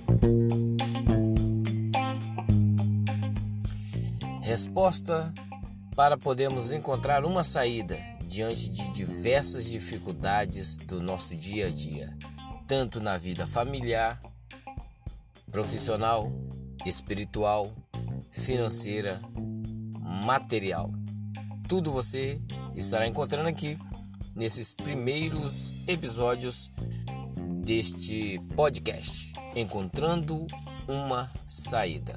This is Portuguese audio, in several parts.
Resposta para podermos encontrar uma saída diante de diversas dificuldades do nosso dia a dia, tanto na vida familiar, profissional, espiritual, financeira, material. Tudo você estará encontrando aqui nesses primeiros episódios deste podcast, Encontrando uma Saída.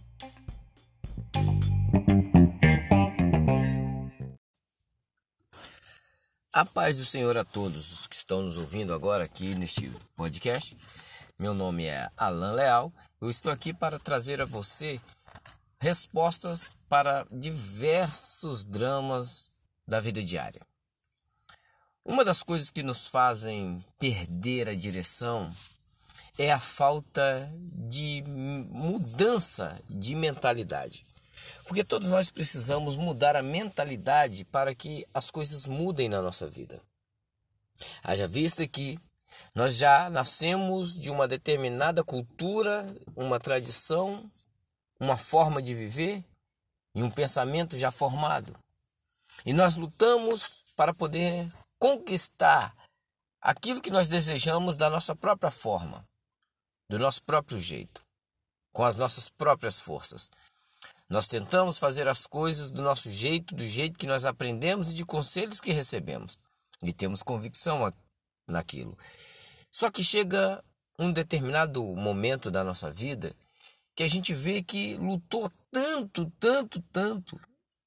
A paz do Senhor a todos os que estão nos ouvindo agora aqui neste podcast. Meu nome é Alan Leal. Eu estou aqui para trazer a você respostas para diversos dramas da vida diária. Uma das coisas que nos fazem perder a direção é a falta de mudança de mentalidade. Porque todos nós precisamos mudar a mentalidade para que as coisas mudem na nossa vida. Haja vista que nós já nascemos de uma determinada cultura, uma tradição, uma forma de viver e um pensamento já formado. E nós lutamos para poder conquistar aquilo que nós desejamos da nossa própria forma, do nosso próprio jeito, com as nossas próprias forças. Nós tentamos fazer as coisas do nosso jeito, do jeito que nós aprendemos e de conselhos que recebemos. E temos convicção naquilo. Só que chega um determinado momento da nossa vida que a gente vê que lutou tanto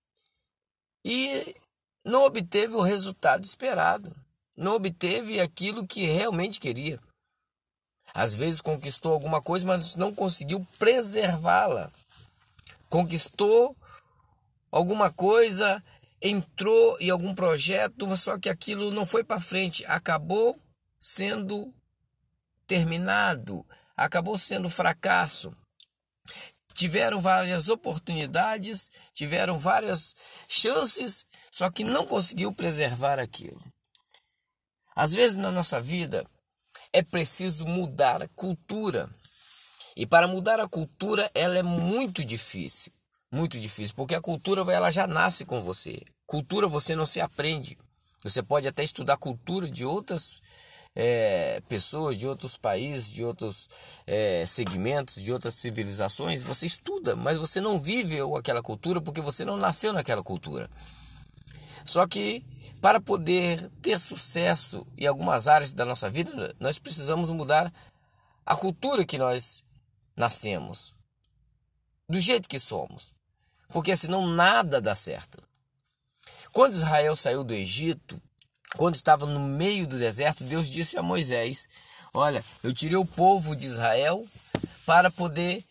e não obteve o resultado esperado. Não obteve aquilo que realmente queria. Às vezes conquistou alguma coisa, mas não conseguiu preservá-la. Conquistou alguma coisa, entrou em algum projeto, só que aquilo não foi para frente, acabou sendo terminado, acabou sendo fracasso. Tiveram várias oportunidades, tiveram várias chances, só que não conseguiu preservar aquilo. Às vezes na nossa vida é preciso mudar a cultura. E para mudar a cultura, ela é muito difícil, porque a cultura ela já nasce com você. Cultura você não se aprende. Você pode até estudar cultura de outras pessoas, de outros países, de outros segmentos, de outras civilizações. Você estuda, mas você não vive aquela cultura porque você não nasceu naquela cultura. Só que para poder ter sucesso em algumas áreas da nossa vida, nós precisamos mudar a cultura que nós nascemos, do jeito que somos, porque senão nada dá certo. Quando Israel saiu do Egito, quando estava no meio do deserto, Deus disse a Moisés: olha, eu tirei o povo de Israel para poder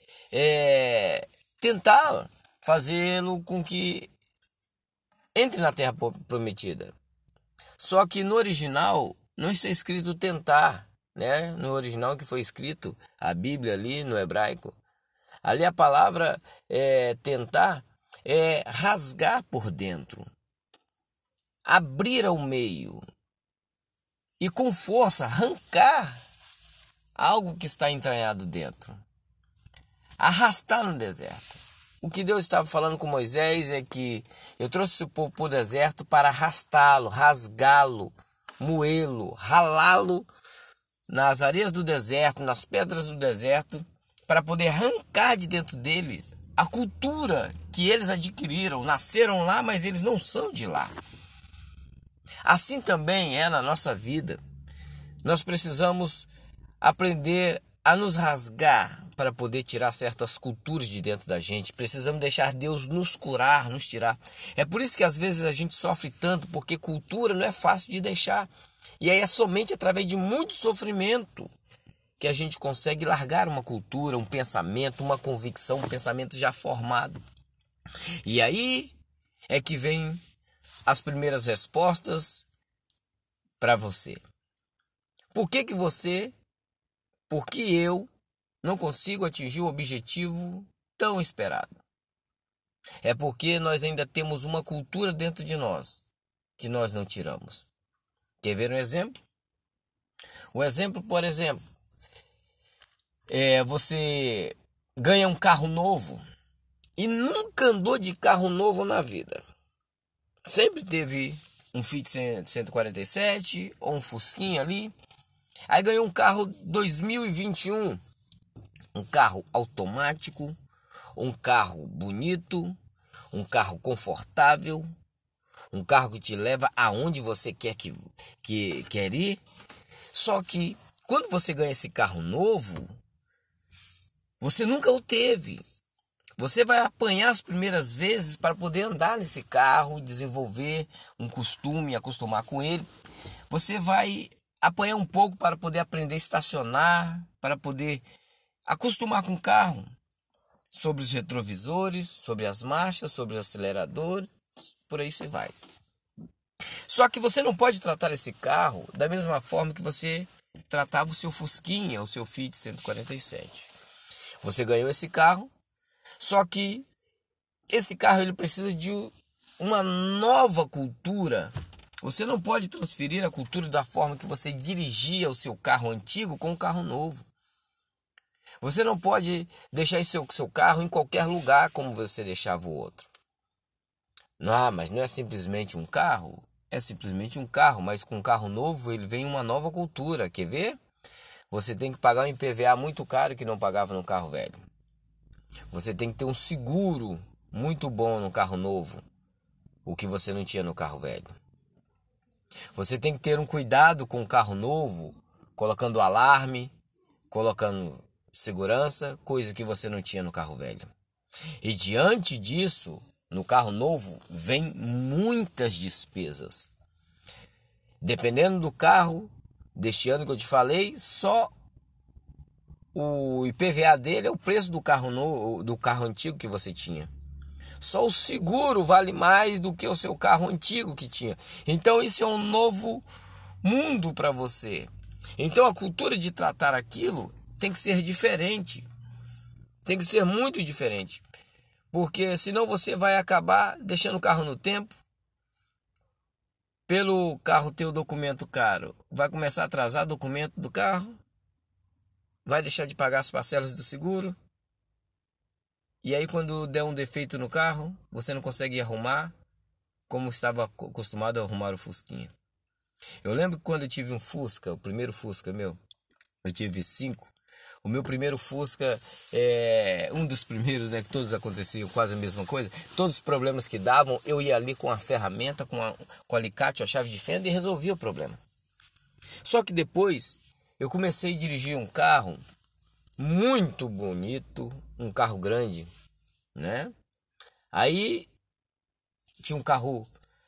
tentar fazê-lo com que entre na terra prometida. Só que no original não está escrito tentar, né? No original que foi escrito, a Bíblia ali no hebraico, ali a palavra tentar é rasgar por dentro, abrir ao meio e com força arrancar algo que está entranhado dentro, arrastar no deserto. O que Deus estava falando com Moisés é que eu trouxe o povo para o deserto para arrastá-lo, rasgá-lo, moê-lo, ralá-lo nas areias do deserto, nas pedras do deserto, para poder arrancar de dentro deles a cultura que eles adquiriram. Nasceram lá, mas eles não são de lá. Assim também é na nossa vida. Nós precisamos aprender a nos rasgar para poder tirar certas culturas de dentro da gente. Precisamos deixar Deus nos curar, nos tirar. É por isso que às vezes a gente sofre tanto, porque cultura não é fácil de deixar. E aí é somente através de muito sofrimento que a gente consegue largar uma cultura, um pensamento, uma convicção, um pensamento já formado. E aí é que vem as primeiras respostas para você. Por que eu não consigo atingir o objetivo tão esperado? É porque nós ainda temos uma cultura dentro de nós que nós não tiramos. Quer ver um exemplo? O exemplo, por exemplo, você ganha um carro novo e nunca andou de carro novo na vida. Sempre teve um Fiat 147 ou um Fusquinha ali. Aí ganhou um carro 2021, um carro automático, um carro bonito, um carro confortável, um carro que te leva aonde você quer ir. Só que quando você ganha esse carro novo, você nunca o teve. Você vai apanhar as primeiras vezes para poder andar nesse carro, desenvolver um costume, acostumar com ele. Você vai apanhar um pouco para poder aprender a estacionar, para poder acostumar com o carro, sobre os retrovisores, sobre as marchas, sobre o acelerador, por aí você vai. Só que você não pode tratar esse carro da mesma forma que você tratava o seu Fusquinha, o seu Fiat 147. Você ganhou esse carro, só que esse carro ele precisa de uma nova cultura. Você não pode transferir a cultura da forma que você dirigia o seu carro antigo com um carro novo. Você não pode deixar seu carro em qualquer lugar como você deixava o outro. Não, mas não é simplesmente um carro. É simplesmente um carro, mas com um carro novo ele vem uma nova cultura. Quer ver? Você tem que pagar um IPVA muito caro que não pagava no carro velho. Você tem que ter um seguro muito bom no carro novo, o que você não tinha no carro velho. Você tem que ter um cuidado com o carro novo, colocando alarme, colocando segurança, coisa que você não tinha no carro velho. E diante disso, no carro novo, vem muitas despesas. Dependendo do carro, deste ano que eu te falei, só o IPVA dele é o preço do carro novo, do carro antigo que você tinha. Só o seguro vale mais do que o seu carro antigo que tinha. Então isso é um novo mundo para você. Então a cultura de tratar aquilo tem que ser diferente. Tem que ser muito diferente. Porque senão você vai acabar deixando o carro no tempo. Pelo carro ter o documento caro, vai começar a atrasar o documento do carro. Vai deixar de pagar as parcelas do seguro. E aí quando der um defeito no carro, você não consegue arrumar como estava acostumado a arrumar o Fusquinha. Eu lembro que quando eu tive um Fusca, o primeiro Fusca meu, eu tive 5. O meu primeiro Fusca, um dos primeiros, né, que todos aconteciam quase a mesma coisa. Todos os problemas que davam, eu ia ali com a ferramenta, com alicate, a chave de fenda e resolvia o problema. Só que depois eu comecei a dirigir um carro muito bonito, um carro grande, né? Aí tinha um carro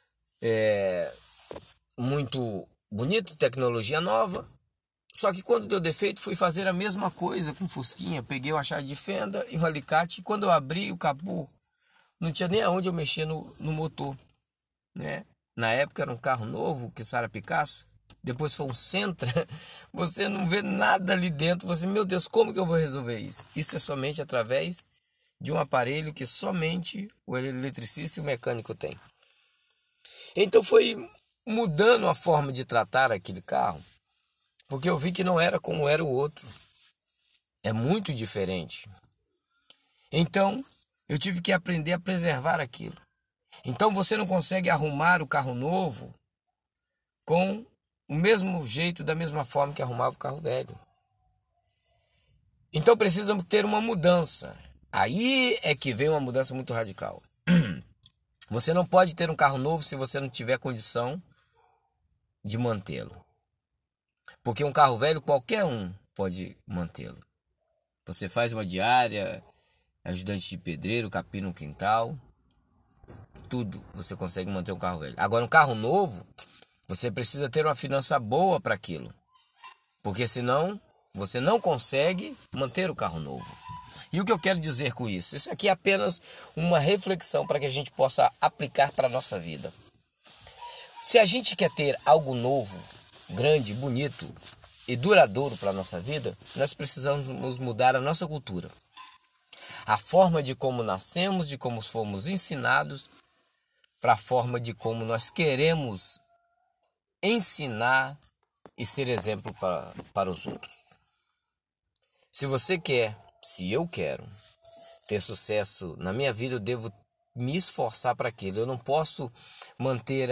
muito bonito, tecnologia nova. Só que quando deu defeito, fui fazer a mesma coisa com o Fusquinha. Peguei uma chave de fenda e um alicate. E quando eu abri o capô, não tinha nem aonde eu mexer no motor, né? Na época era um carro novo, que Sara Picasso. Depois foi um Sentra. Você não vê nada ali dentro. Você, meu Deus, como que eu vou resolver isso? Isso é somente através de um aparelho que somente o eletricista e o mecânico têm. Então foi mudando a forma de tratar aquele carro. Porque eu vi que não era como era o outro. É muito diferente. Então, eu tive que aprender a preservar aquilo. Então, você não consegue arrumar o carro novo com o mesmo jeito, da mesma forma que arrumava o carro velho. Então, precisamos ter uma mudança. Aí é que vem uma mudança muito radical. Você não pode ter um carro novo se você não tiver condição de mantê-lo. Porque um carro velho, qualquer um pode mantê-lo. Você faz uma diária, ajudante de pedreiro, capina no quintal, tudo você consegue manter um carro velho. Agora, um carro novo, você precisa ter uma finança boa para aquilo. Porque senão, você não consegue manter o carro novo. E o que eu quero dizer com isso? Isso aqui é apenas uma reflexão para que a gente possa aplicar para a nossa vida. Se a gente quer ter algo novo, grande, bonito e duradouro para a nossa vida, nós precisamos mudar a nossa cultura. A forma de como nascemos, de como fomos ensinados, para a forma de como nós queremos ensinar e ser exemplo para os outros. Se eu quero ter sucesso na minha vida, eu devo me esforçar para aquilo. Eu não posso manter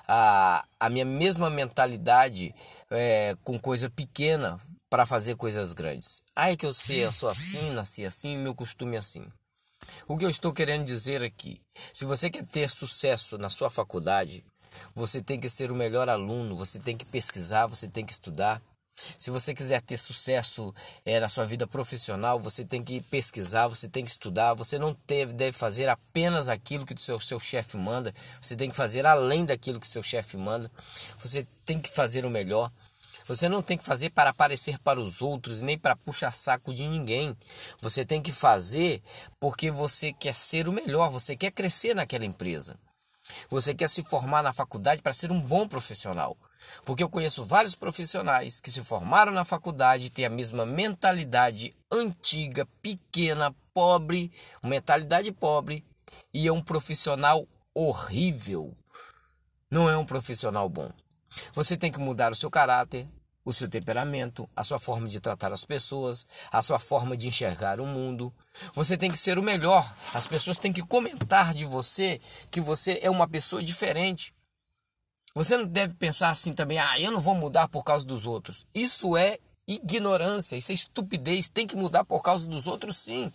a minha mesma mentalidade com coisa pequena para fazer coisas grandes. Ai que eu sou assim, nasci assim, meu costume é assim. O que eu estou querendo dizer aqui, se você quer ter sucesso na sua faculdade, você tem que ser o melhor aluno, você tem que pesquisar, você tem que estudar. Se você quiser ter sucesso na sua vida profissional, você tem que pesquisar, você tem que estudar. Você não deve fazer apenas aquilo que o seu chefe manda. Você tem que fazer além daquilo que o seu chefe manda. Você tem que fazer o melhor. Você não tem que fazer para aparecer para os outros, nem para puxar saco de ninguém. Você tem que fazer porque você quer ser o melhor, você quer crescer naquela empresa. Você quer se formar na faculdade para ser um bom profissional. Porque eu conheço vários profissionais que se formaram na faculdade e têm a mesma mentalidade antiga, pequena, pobre, mentalidade pobre, e é um profissional horrível. Não é um profissional bom. Você tem que mudar o seu caráter, o seu temperamento, a sua forma de tratar as pessoas, a sua forma de enxergar o mundo. Você tem que ser o melhor. As pessoas têm que comentar de você que você é uma pessoa diferente. Você não deve pensar assim também, eu não vou mudar por causa dos outros. Isso é ignorância, isso é estupidez. Tem que mudar por causa dos outros, sim.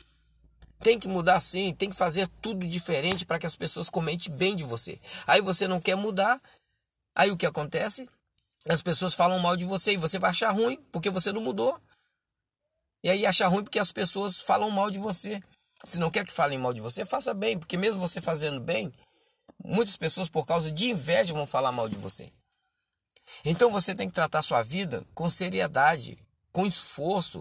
Tem que mudar sim, tem que fazer tudo diferente para que as pessoas comentem bem de você. Aí você não quer mudar, aí o que acontece? As pessoas falam mal de você e você vai achar ruim porque você não mudou. E aí achar ruim porque as pessoas falam mal de você. Se não quer que falem mal de você, faça bem, porque mesmo você fazendo bem, muitas pessoas por causa de inveja vão falar mal de você. Então você tem que tratar sua vida com seriedade, com esforço,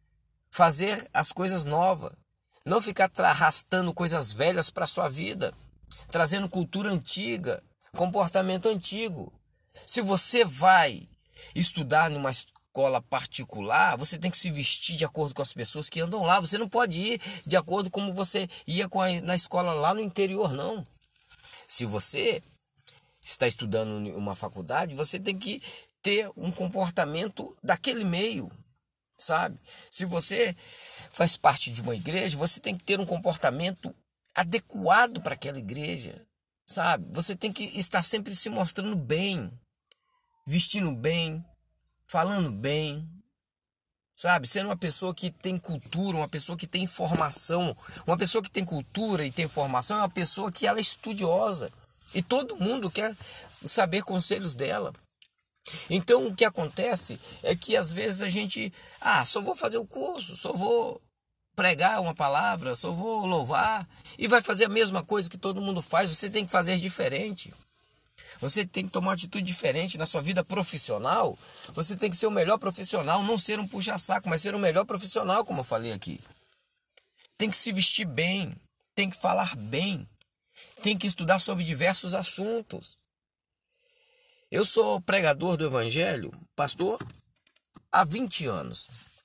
fazer as coisas novas, não ficar arrastando coisas velhas para sua vida, trazendo cultura antiga, comportamento antigo. Se você vai estudar numa escola particular, você tem que se vestir de acordo com as pessoas que andam lá. Você não pode ir de acordo como você ia na escola lá no interior, não. Se você está estudando em uma faculdade, você tem que ter um comportamento daquele meio, sabe? Se você faz parte de uma igreja, você tem que ter um comportamento adequado para aquela igreja, sabe? Você tem que estar sempre se mostrando bem, vestindo bem, falando bem, sabe? Sendo uma pessoa que tem cultura, uma pessoa que tem informação. Uma pessoa que tem cultura e tem informação é uma pessoa que ela é estudiosa. E todo mundo quer saber conselhos dela. Então o que acontece é que às vezes a gente, só vou fazer o curso, só vou pregar uma palavra, só vou louvar, e vai fazer a mesma coisa que todo mundo faz. Você tem que fazer diferente. Você tem que tomar uma atitude diferente na sua vida profissional. Você tem que ser o melhor profissional, não ser um puxa-saco, mas ser o melhor profissional, como eu falei aqui. Tem que se vestir bem, tem que falar bem, tem que estudar sobre diversos assuntos. Eu sou pregador do evangelho, pastor, há 20 anos.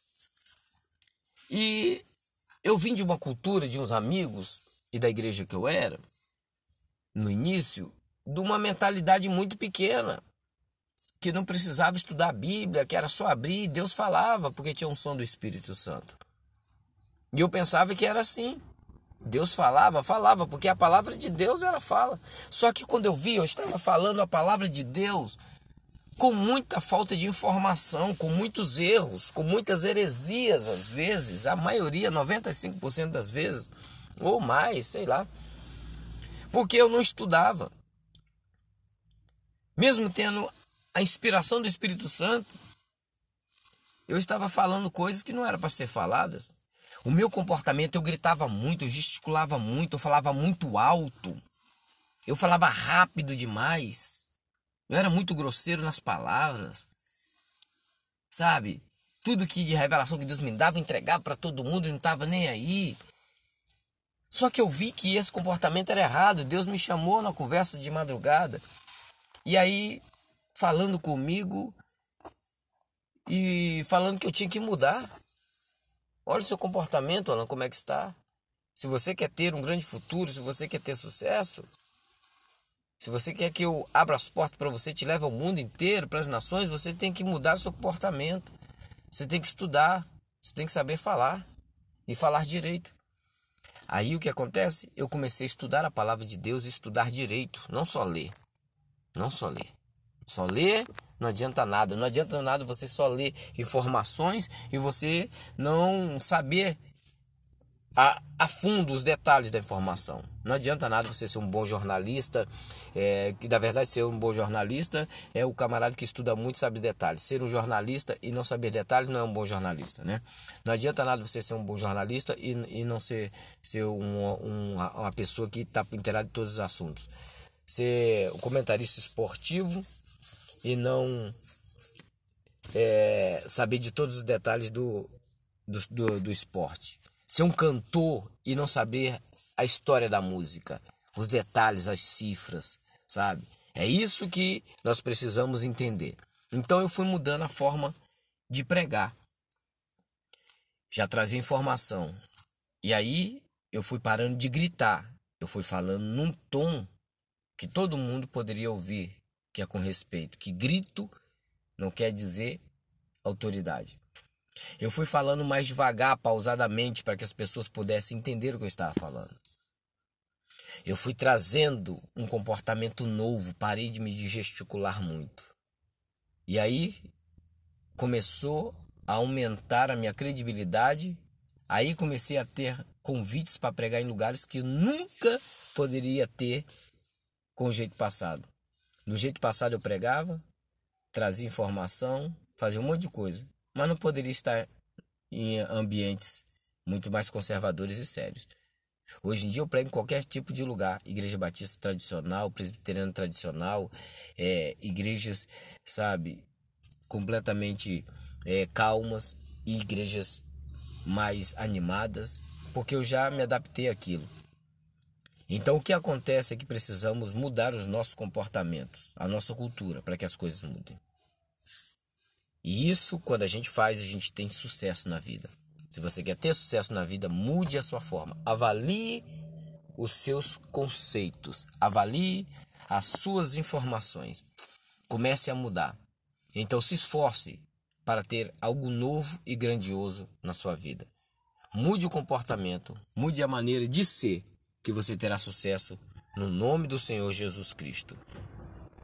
E eu vim de uma cultura de uns amigos e da igreja que eu era, no início, de uma mentalidade muito pequena, que não precisava estudar a Bíblia, que era só abrir e Deus falava, porque tinha unção do Espírito Santo. E eu pensava que era assim. Deus falava, porque a palavra de Deus ela fala. Só que quando eu estava falando a palavra de Deus com muita falta de informação, com muitos erros, com muitas heresias às vezes, a maioria, 95% das vezes, ou mais, sei lá, porque eu não estudava. Mesmo tendo a inspiração do Espírito Santo, eu estava falando coisas que não eram para ser faladas. O meu comportamento, eu gritava muito, eu gesticulava muito, eu falava muito alto. Eu falava rápido demais. Eu era muito grosseiro nas palavras. Sabe? Tudo que de revelação que Deus me dava, eu entregava para todo mundo, eu não estava nem aí. Só que eu vi que esse comportamento era errado. Deus me chamou na conversa de madrugada. E aí, falando comigo e falando que eu tinha que mudar. Olha o seu comportamento, Alan, como é que está? Se você quer ter um grande futuro, se você quer ter sucesso, se você quer que eu abra as portas para você, te leve ao mundo inteiro, para as nações, você tem que mudar o seu comportamento. Você tem que estudar, Você tem que saber falar e falar direito. Aí o que acontece? Eu comecei a estudar a palavra de Deus e estudar direito, não só ler. Não só ler. Só ler não adianta nada. Não adianta nada você só ler informações e você não saber a fundo os detalhes da informação. Não adianta nada você ser um bom jornalista, que na verdade ser um bom jornalista é o camarada que estuda muito e sabe detalhes. Ser um jornalista e não saber detalhes não é um bom jornalista, né? Não adianta nada você ser um bom jornalista e não ser uma pessoa que está inteirada de todos os assuntos. Ser um comentarista esportivo e não saber de todos os detalhes do esporte. Ser um cantor e não saber a história da música, os detalhes, as cifras, sabe? É isso que nós precisamos entender. Então eu fui mudando a forma de pregar. Já trazia informação. E aí eu fui parando de gritar. Eu fui falando num tom que todo mundo poderia ouvir, que é com respeito. Que grito não quer dizer autoridade. Eu fui falando mais devagar, pausadamente, para que as pessoas pudessem entender o que eu estava falando. Eu fui trazendo um comportamento novo, parei de me gesticular muito. E aí começou a aumentar a minha credibilidade. Aí comecei a ter convites para pregar em lugares que eu nunca poderia ter com o jeito passado. Do jeito passado eu pregava, trazia informação, fazia um monte de coisa, mas não poderia estar em ambientes muito mais conservadores e sérios. Hoje em dia eu prego em qualquer tipo de lugar, igreja batista tradicional, presbiteriana tradicional, igrejas, sabe, completamente calmas e igrejas mais animadas, porque eu já me adaptei àquilo. Então o que acontece é que precisamos mudar os nossos comportamentos, a nossa cultura, para que as coisas mudem. E isso, quando a gente faz, a gente tem sucesso na vida. Se você quer ter sucesso na vida, mude a sua forma. Avalie os seus conceitos. Avalie as suas informações. Comece a mudar. Então se esforce para ter algo novo e grandioso na sua vida. Mude o comportamento, mude a maneira de ser, que você terá sucesso no nome do Senhor Jesus Cristo.